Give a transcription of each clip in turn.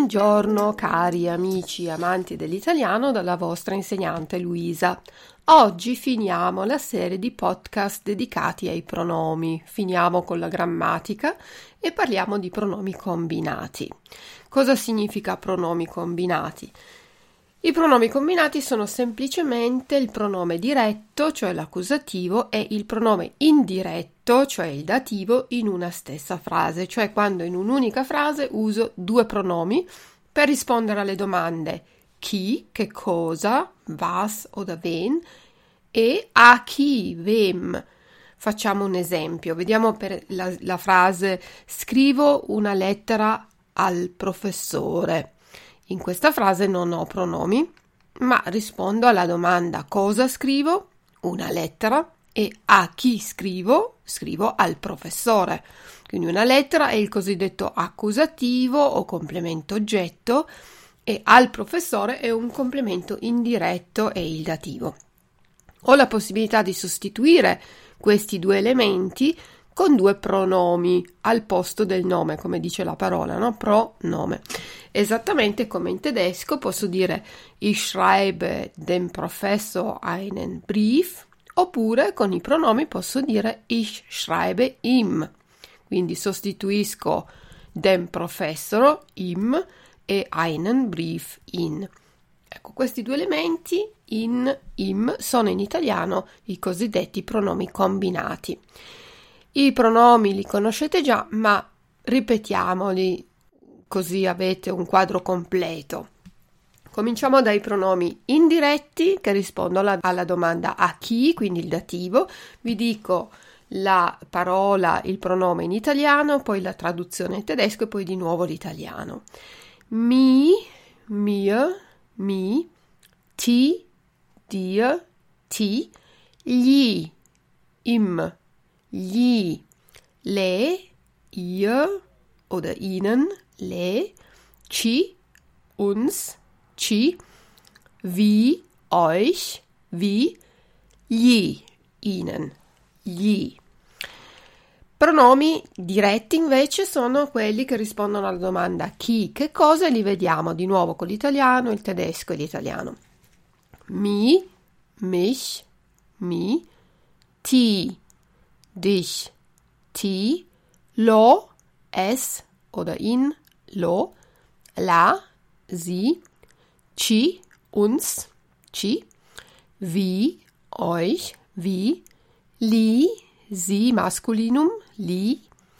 Buongiorno cari amici amanti dell'italiano dalla vostra insegnante Luisa. Oggi finiamo la serie di podcast dedicati ai pronomi. Finiamo con la grammatica e parliamo di pronomi combinati. Cosa significa pronomi combinati? I pronomi combinati sono semplicemente il pronome diretto, cioè l'accusativo, e il pronome indiretto, cioè il dativo, in una stessa frase, cioè quando in un'unica frase uso due pronomi per rispondere alle domande chi, che cosa, was oder wen, e a chi, wem. Facciamo un esempio, vediamo per la frase scrivo una lettera al professore. In questa frase non ho pronomi, ma rispondo alla domanda cosa scrivo? Una lettera. E a chi scrivo? Scrivo al professore. Quindi una lettera è il cosiddetto accusativo o complemento oggetto e al professore è un complemento indiretto e il dativo. Ho la possibilità di sostituire questi due elementi con due pronomi al posto del nome, come dice la parola, no? Pronome. Esattamente come in tedesco posso dire ich schreibe dem Professor einen Brief, oppure con i pronomi posso dire ich schreibe ihm. Quindi sostituisco dem Professor, ihm, e einen Brief, in. Ecco, questi due elementi, in, im, sono in italiano i cosiddetti pronomi combinati. I pronomi li conoscete già, ma ripetiamoli così avete un quadro completo. Cominciamo dai pronomi indiretti che rispondono alla domanda a chi, quindi il dativo. Vi dico la parola, il pronome in italiano, poi la traduzione in tedesco e poi di nuovo l'italiano. Mi, mir, mi, ti, dir, ti, gli, im, gli, le, ihr oder ihnen, le, ci, uns, ci, wie, euch, wie, gli, ihnen, gli. Pronomi diretti invece sono quelli che rispondono alla domanda chi, che cosa, e li vediamo di nuovo con l'italiano, il tedesco e l'italiano. Mi, mich, mi, ti, dich, ti, lo, es oder in, lo, la, sie, ci, uns, ci, wie, euch, wie, li, sie masculinum, li,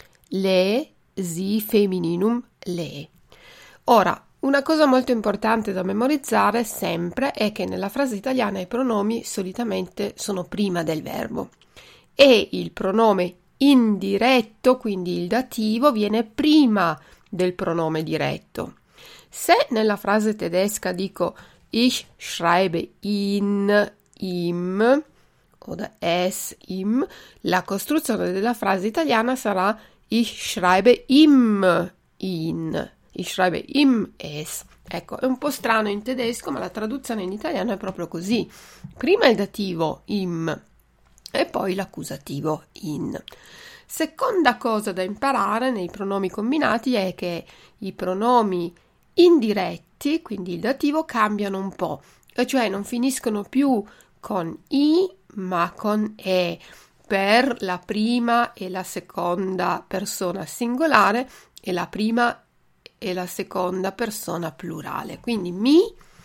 le, sie femininum, le. Ora, una cosa molto importante da memorizzare sempre è che nella frase italiana i pronomi solitamente sono prima del verbo e il pronome indiretto, quindi il dativo, viene prima del pronome diretto. Se nella frase tedesca dico ich schreibe ihn, ihm oder es, ihm, la costruzione della frase italiana sarà ich schreibe ihm, ihn, ich schreibe ihm, es. Ecco, è un po' strano in tedesco, ma la traduzione in italiano è proprio così. Prima il dativo ihm e poi l'accusativo in. Seconda cosa da imparare nei pronomi combinati è che i pronomi indiretti, quindi il dativo, cambiano un po', e cioè non finiscono più con i ma con e per la prima e la seconda persona singolare e la prima e la seconda persona plurale. Quindi mi,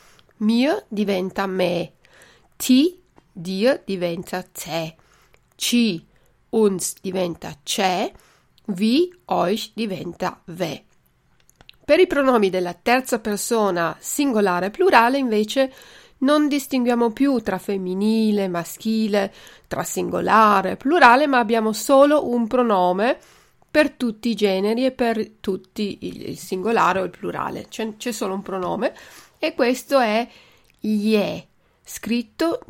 mir diventa me, ti, dir diventa te, ci, uns diventa ce, vi, euch diventa ve. Per i pronomi della terza persona singolare e plurale invece non distinguiamo più tra femminile, maschile, tra singolare e plurale, ma abbiamo solo un pronome per tutti i generi e per tutti il singolare o il plurale. C'è solo un pronome e questo è je, scritto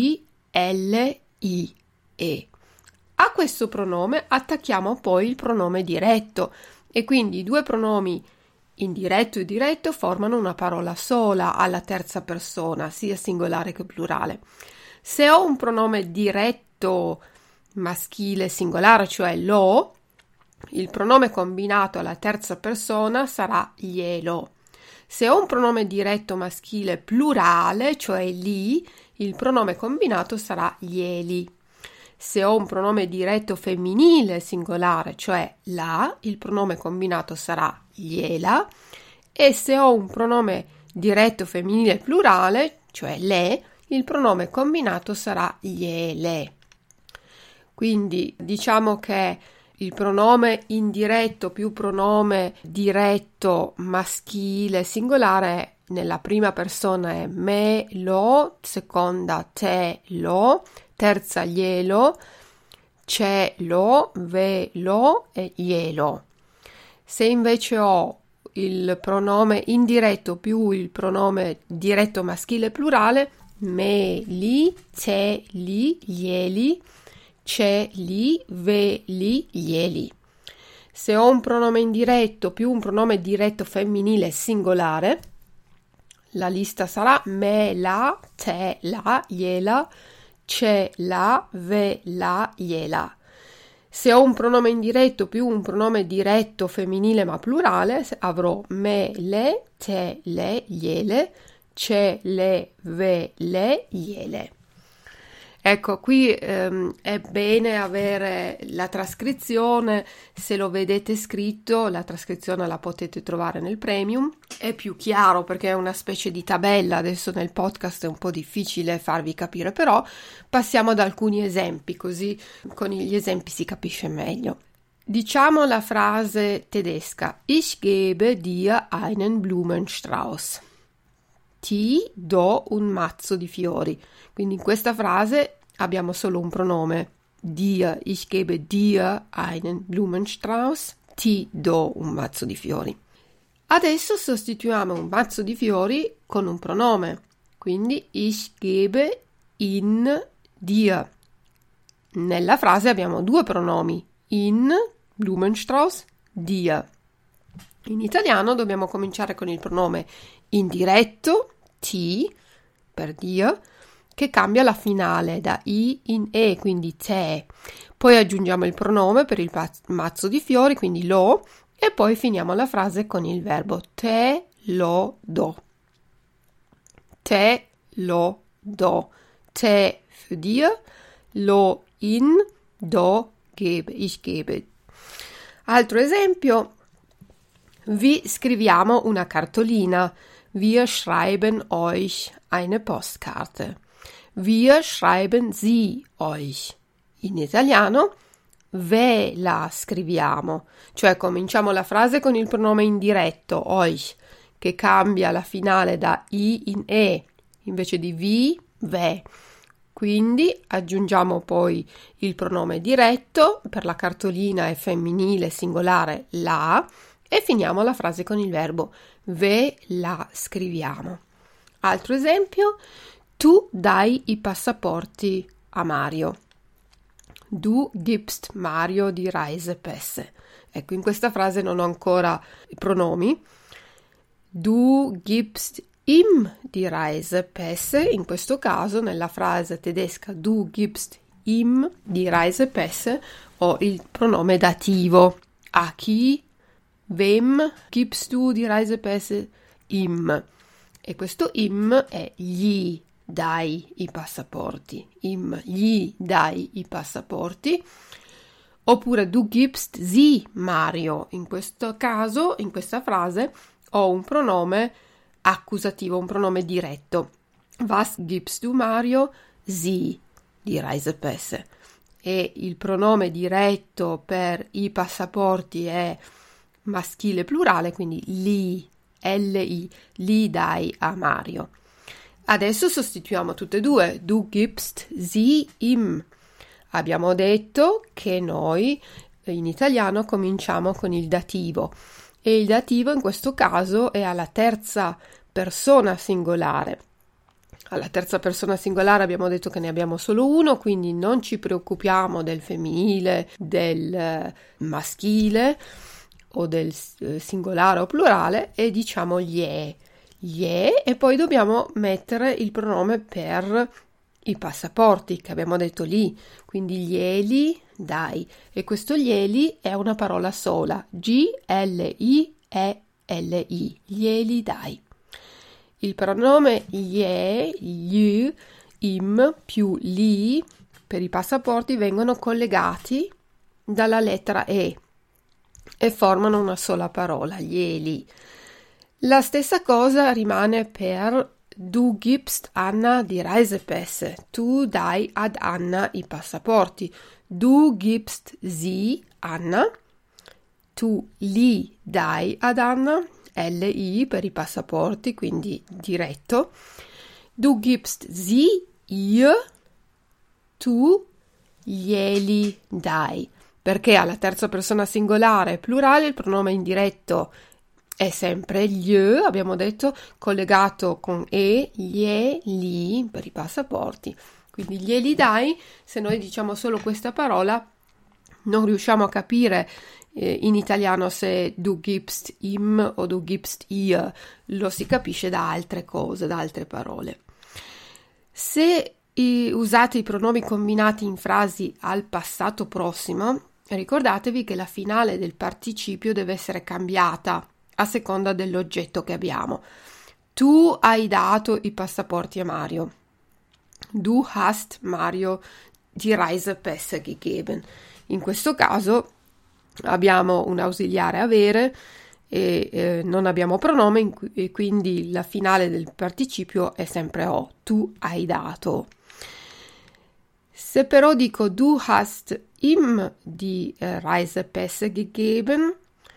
G-L-I-E. A questo pronome attacchiamo poi il pronome diretto e quindi i due pronomi indiretto e diretto formano una parola sola alla terza persona, sia singolare che plurale. Se ho un pronome diretto maschile singolare, cioè lo, il pronome combinato alla terza persona sarà glielo. Se ho un pronome diretto maschile plurale, cioè li, il pronome combinato sarà glieli. Se ho un pronome diretto femminile singolare, cioè la, il pronome combinato sarà gliela. E se ho un pronome diretto femminile plurale, cioè le, il pronome combinato sarà gliele. Quindi diciamo che il pronome indiretto più pronome diretto maschile singolare nella prima persona è me, lo, seconda te, lo, terza glielo, c'è lo, ve, lo e glielo. Se invece ho il pronome indiretto più il pronome diretto maschile plurale, me, li, te, li, glieli, c'è, li, ve, li, glieli. Se ho un pronome indiretto più un pronome diretto femminile singolare, la lista sarà me, la, te, la, gliela, c'è, la, ve, la, gliela. Se ho un pronome indiretto più un pronome diretto femminile ma plurale, avrò me, le, te, le, gliele, c'è, le, ve, le, gliele. Ecco, qui è bene avere la trascrizione, se lo vedete scritto, la trascrizione la potete trovare nel premium, è più chiaro perché è una specie di tabella, adesso nel podcast è un po' difficile farvi capire, però passiamo ad alcuni esempi, così con gli esempi si capisce meglio. Diciamo la frase tedesca, ich gebe dir einen Blumenstrauß. Ti do un mazzo di fiori. Quindi in questa frase abbiamo solo un pronome dir, ich gebe dir einen Blumenstrauß, ti do un mazzo di fiori. Adesso sostituiamo un mazzo di fiori con un pronome, quindi ich gebe in dir. Nella frase abbiamo due pronomi, in, Blumenstrauß, dir. In italiano dobbiamo cominciare con il pronome indiretto, ti, per dir, che cambia la finale da i in e, quindi te. Poi aggiungiamo il pronome per il mazzo di fiori, quindi lo, e poi finiamo la frase con il verbo te lo do. Te lo do. Te für dir, lo in, do gebe, ich gebe. Altro esempio, vi scriviamo una cartolina. Wir schreiben euch eine Postkarte. Wir schreiben sie euch. In italiano, ve la scriviamo. Cioè cominciamo la frase con il pronome indiretto, euch, che cambia la finale da i in e, invece di vi, ve. Quindi aggiungiamo poi il pronome diretto, per la cartolina è femminile singolare la, e finiamo la frase con il verbo ve la scriviamo. Altro esempio, tu dai i passaporti a Mario. Du gibst Mario die Reisepässe. Ecco, in questa frase non ho ancora i pronomi. Du gibst ihm die Reisepässe. In questo caso, nella frase tedesca du gibst ihm die Reisepässe, ho il pronome dativo. A chi, wem gibst du die Reisepässe? Ihm. E questo ihm è gli dai i passaporti. Ihm gli dai i passaporti. Oppure du gibst sie Mario. In questo caso, in questa frase, ho un pronome accusativo, un pronome diretto. Was gibst du Mario? Sie die Reisepässe. E il pronome diretto per i passaporti è maschile plurale, quindi li, li, li dai a Mario. Adesso sostituiamo tutte e due. Du gibst sie ihm. Abbiamo detto che noi in italiano cominciamo con il dativo e il dativo in questo caso è alla terza persona singolare. Alla terza persona singolare abbiamo detto che ne abbiamo solo uno, quindi non ci preoccupiamo del femminile, del maschile o del singolare o plurale e diciamo glie, e poi dobbiamo mettere il pronome per i passaporti che abbiamo detto lì, quindi glieli dai, e questo glieli è una parola sola, G-L-I-E-L, li, glieli dai. Il pronome gli, im più li per i passaporti vengono collegati dalla lettera e formano una sola parola, glieli. La stessa cosa rimane per du gibst Anna die Reisepässe, tu dai ad Anna i passaporti, du gibst sie Anna, tu li dai ad Anna, li per i passaporti, quindi diretto, du gibst sie ihr, tu glieli dai, perché alla terza persona singolare plurale il pronome indiretto è sempre gli, abbiamo detto, collegato con glieli per i passaporti. Quindi glieli dai, se noi diciamo solo questa parola, non riusciamo a capire in italiano se du gibst ihm o du gibst ihr, lo si capisce da altre cose, da altre parole. Se usate i pronomi combinati in frasi al passato prossimo, ricordatevi che la finale del participio deve essere cambiata a seconda dell'oggetto che abbiamo. Tu hai dato i passaporti a Mario. Du hast Mario die Reisepässe gegeben. In questo caso abbiamo un ausiliare avere e non abbiamo pronome e quindi la finale del participio è sempre o. Tu hai dato. Se però dico du hast ihm die Reisepässe gegeben,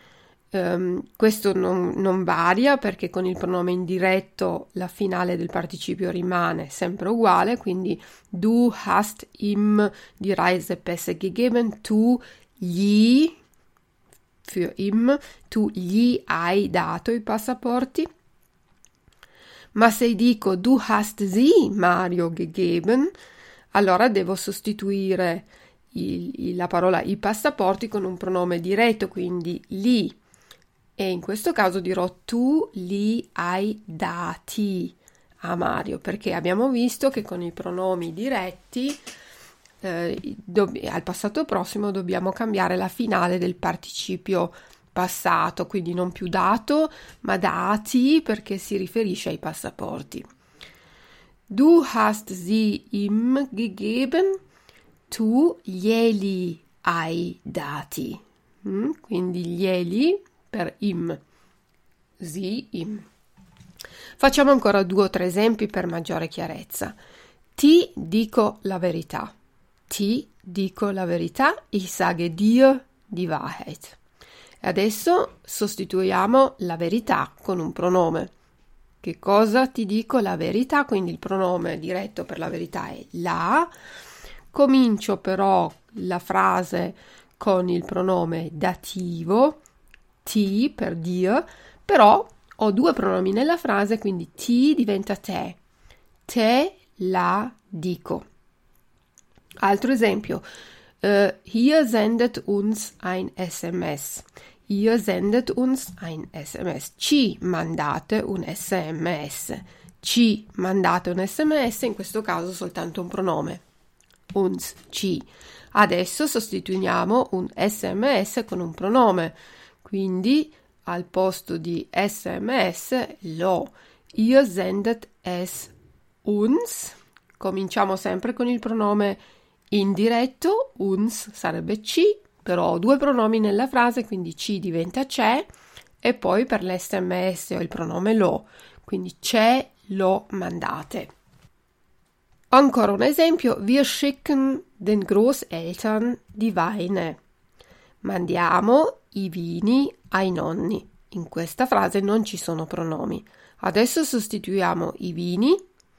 questo non varia perché con il pronome indiretto la finale del participio rimane sempre uguale, quindi du hast ihm die Reisepässe gegeben, tu gli, für ihm, tu gli hai dato i passaporti. Ma se dico du hast sie Mario gegeben, allora devo sostituire la parola i passaporti con un pronome diretto, quindi li. E in questo caso dirò tu li hai dati a Mario, perché abbiamo visto che con i pronomi diretti al passato prossimo dobbiamo cambiare la finale del participio passato, quindi non più dato ma dati, perché si riferisce ai passaporti. Du hast sie ihm gegeben, tu glieli hai dati. Quindi glieli per im, sie, im. Facciamo ancora 2 o 3 esempi per maggiore chiarezza. Ti dico la verità. Ti dico la verità. Ich sage dir die Wahrheit. Adesso sostituiamo la verità con un pronome. Che cosa ti dico la verità? Quindi il pronome diretto per la verità è la. Comincio però la frase con il pronome dativo, ti per dir, però ho 2 pronomi nella frase, quindi ti diventa te. Te la dico. Altro esempio. Ihr sendet uns ein SMS. Ihr sendet uns ein SMS. Ci mandate un SMS. Ci mandate un SMS, in questo caso soltanto un pronome. Uns, ci. Adesso sostituiamo un SMS con un pronome. Quindi al posto di SMS lo. Ihr sendet es uns. Cominciamo sempre con il pronome indiretto, uns sarebbe ci, però ho 2 pronomi nella frase, quindi ci diventa c'è, e poi per l'SMS ho il pronome lo, quindi c'è, lo mandate. Ancora un esempio, wir schicken den Großeltern die Weine. Mandiamo i vini ai nonni. In questa frase non ci sono pronomi. Adesso sostituiamo i vini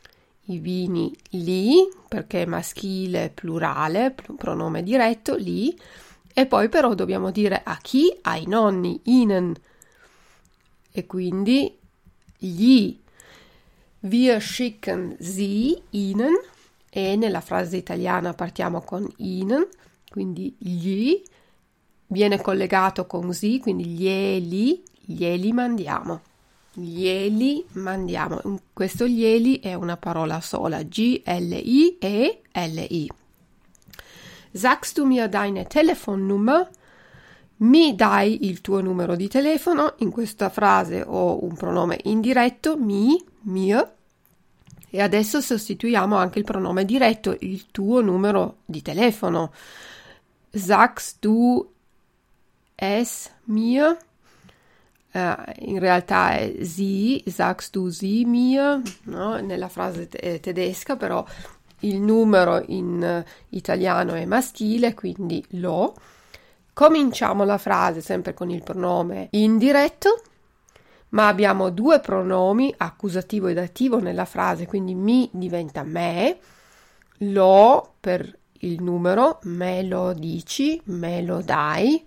li, perché è maschile plurale, pronome diretto, li, e poi però dobbiamo dire a chi? Ai nonni, ihnen, e quindi gli. Wir schicken sie ihnen, e nella frase italiana partiamo con ihnen, quindi gli, viene collegato con sie, quindi glieli mandiamo. Glieli mandiamo. Questo glieli è una parola sola, G-L-I e L-I. Sagst du mir deine Telefonnummer? Mi dai il tuo numero di telefono? In questa frase ho un pronome indiretto, mi, mir, e adesso sostituiamo anche il pronome diretto, il tuo numero di telefono. Sagst du es mir? In realtà è sie, sagst du sie mir, no? Nella frase tedesca, però il numero in italiano è maschile, quindi lo. Cominciamo la frase sempre con il pronome indiretto, ma abbiamo due pronomi, accusativo e dativo, nella frase, quindi mi diventa me, lo per il numero, me lo dici, me lo dai,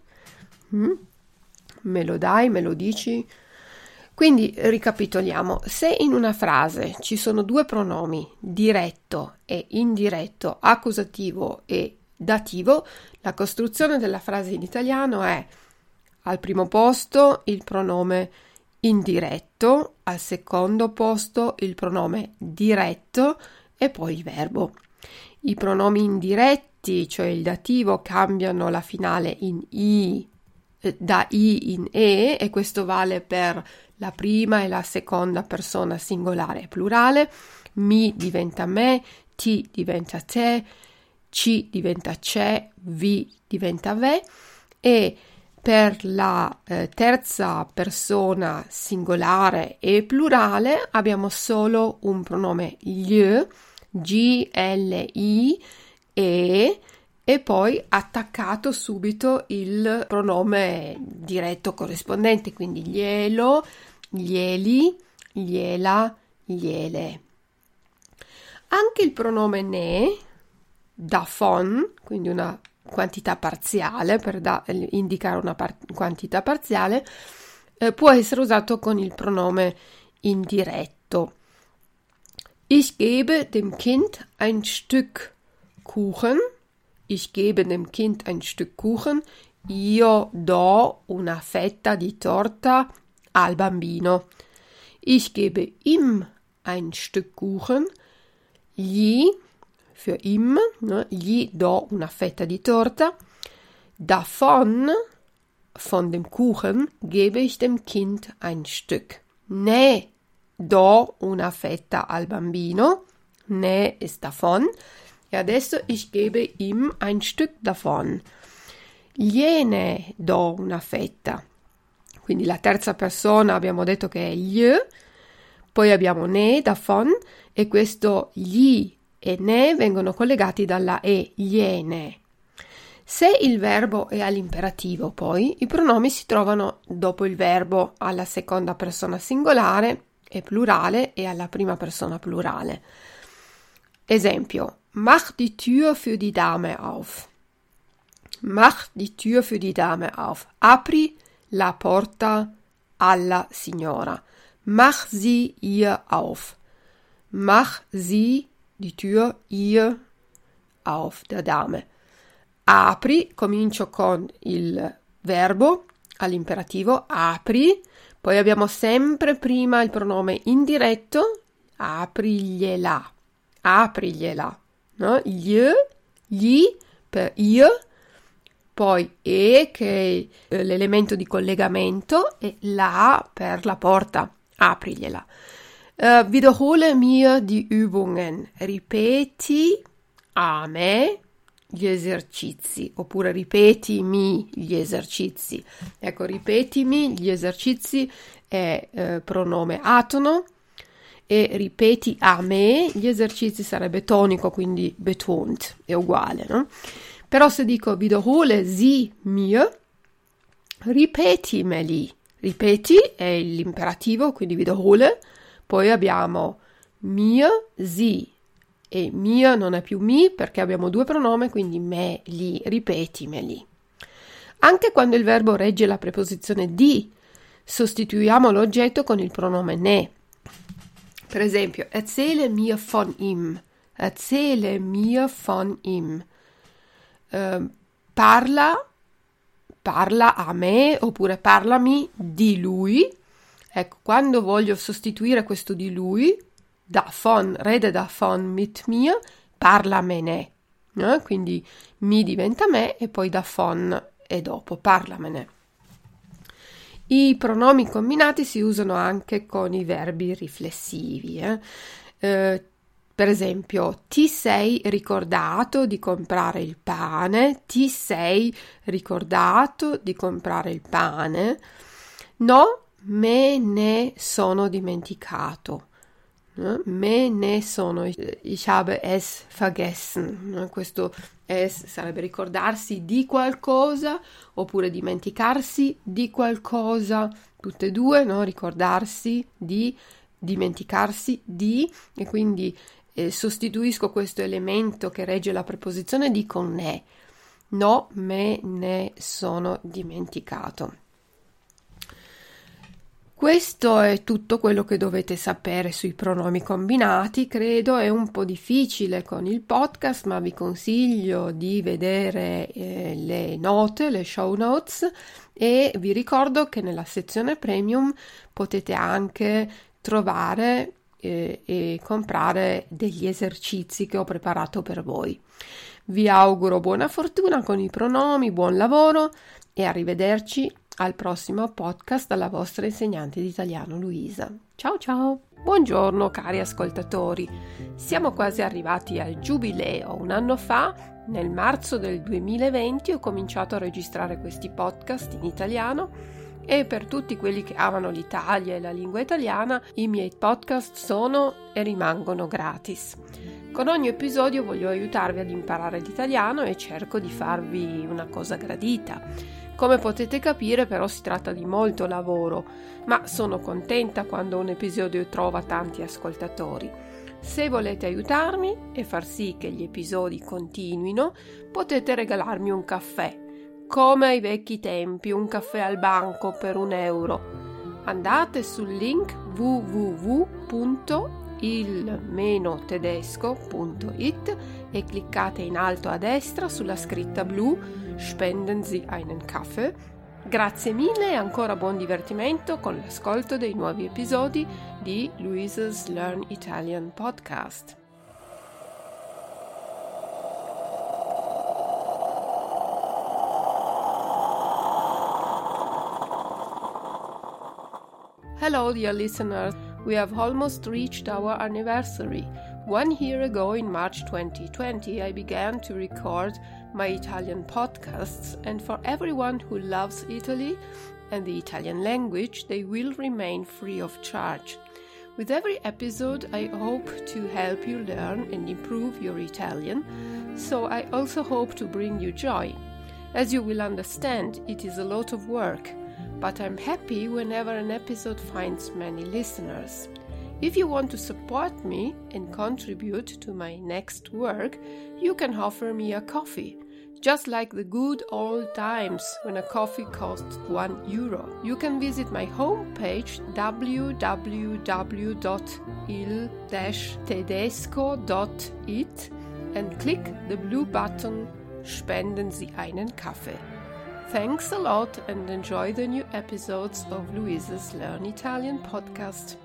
me lo dai, me lo dici. Quindi ricapitoliamo, se in una frase ci sono due pronomi, diretto e indiretto, accusativo e dativo, la costruzione della frase in italiano è al primo posto il pronome indiretto, al secondo posto il pronome diretto e poi il verbo. I pronomi indiretti, cioè il dativo, cambiano la finale in i, da i in e questo vale per la prima e la seconda persona singolare e plurale. Mi diventa me, ti diventa te, ci diventa ce, vi diventa ve, e per la terza persona singolare e plurale abbiamo solo un pronome gli, G-L-I, e poi attaccato subito il pronome diretto corrispondente, quindi glielo, glieli, gliela, gliele. Anche il pronome ne, davon, quindi una quantità parziale per indicare una quantità parziale, può essere usato con il pronome indiretto. Ich gebe dem Kind ein Stück Kuchen. Ich gebe dem Kind ein Stück Kuchen. Io do una fetta di torta al bambino. Ich gebe ihm ein Stück Kuchen. Gli, für ihm, ne? Gli do una fetta di torta. Davon, von dem Kuchen, gebe ich dem Kind ein Stück. Ne do una fetta al bambino. Ne ist davon. E adesso ich gebe ihm ein Stück davon. Gliene do una fetta. Quindi la terza persona abbiamo detto che è gli, poi abbiamo ne, davon, e questo gli e ne vengono collegati dalla e, gliene. Se il verbo è all'imperativo, poi i pronomi si trovano dopo il verbo alla seconda persona singolare e plurale e alla prima persona plurale. Esempio, mach die Tür für die Dame auf. Mach die Tür für die Dame auf. Apri la porta alla signora. Mach sie ihr auf. Mach sie die Tür ihr auf, der Dame. Apri, comincio con il verbo all'imperativo, apri, poi abbiamo sempre prima il pronome indiretto, aprigliela, aprigliela, no? Gli per io, poi e che è l'elemento di collegamento e la per la porta, aprigliela. Wiederhole mir die Übungen, ripeti a me gli esercizi, oppure ripetimi gli esercizi. Ecco, ripetimi gli esercizi è pronome atono, e ripeti a me gli esercizi sarebbe tonico, quindi betont, è uguale, no? Però se dico wiederhole sie mir, ripetimeli. Ripeti è l'imperativo, quindi wiederhole, poi abbiamo mir, sie, e mio non è più mi perché abbiamo due pronomi, quindi me, li, ripetimeli. Anche quando il verbo regge la preposizione di, sostituiamo l'oggetto con il pronome ne. Per esempio, erzähle mir von ihm. Erzähle mir von ihm. Parla a me, oppure parlami di lui. Ecco, quando voglio sostituire questo di lui, davon, rede davon mit mir, parlamene. Quindi mi diventa me e poi davon e dopo parlamene. I pronomi combinati si usano anche con i verbi riflessivi. Per esempio, ti sei ricordato di comprare il pane? Ti sei ricordato di comprare il pane? No, me ne sono dimenticato. Me ne sono, ich habe es vergessen. Questo es sarebbe ricordarsi di qualcosa oppure dimenticarsi di qualcosa, tutte e due, no? Ricordarsi di, dimenticarsi di, e quindi sostituisco questo elemento che regge la preposizione di con ne. No, me ne sono dimenticato. Questo è tutto quello che dovete sapere sui pronomi combinati. Credo è un po' difficile con il podcast, ma vi consiglio di vedere le note, le show notes, e vi ricordo che nella sezione premium potete anche trovare e comprare degli esercizi che ho preparato per voi. Vi auguro buona fortuna con i pronomi, buon lavoro e arrivederci al prossimo podcast dalla vostra insegnante di italiano Luisa. Ciao ciao! Buongiorno cari ascoltatori, siamo quasi arrivati al giubileo. Un anno fa, nel marzo del 2020, ho cominciato a registrare questi podcast in italiano e per tutti quelli che amano l'Italia e la lingua italiana, i miei podcast sono e rimangono gratis. Con ogni episodio voglio aiutarvi ad imparare l'italiano e cerco di farvi una cosa gradita. Come potete capire, però, si tratta di molto lavoro, ma sono contenta quando un episodio trova tanti ascoltatori. Se volete aiutarmi e far sì che gli episodi continuino, potete regalarmi un caffè, come ai vecchi tempi, un caffè al banco per €1. Andate sul link www.il-tedesco.it e cliccate in alto a destra sulla scritta blu Spenden Sie einen Kaffee. Grazie mille e ancora buon divertimento con l'ascolto dei nuovi episodi di Luisa's Learn Italian podcast. Hello, dear listeners. We have almost reached our anniversary. 1 year ago, in March 2020, I began to record my Italian podcasts, and for everyone who loves Italy and the Italian language, they will remain free of charge. With every episode, I hope to help you learn and improve your Italian, so I also hope to bring you joy. As you will understand, it is a lot of work, but I'm happy whenever an episode finds many listeners. If you want to support me and contribute to my next work, you can offer me a coffee, just like the good old times when a coffee cost €1. You can visit my homepage www.il-tedesco.it and click the blue button Spenden Sie einen Kaffee. Thanks a lot and enjoy the new episodes of Luisa's Learn Italian podcast.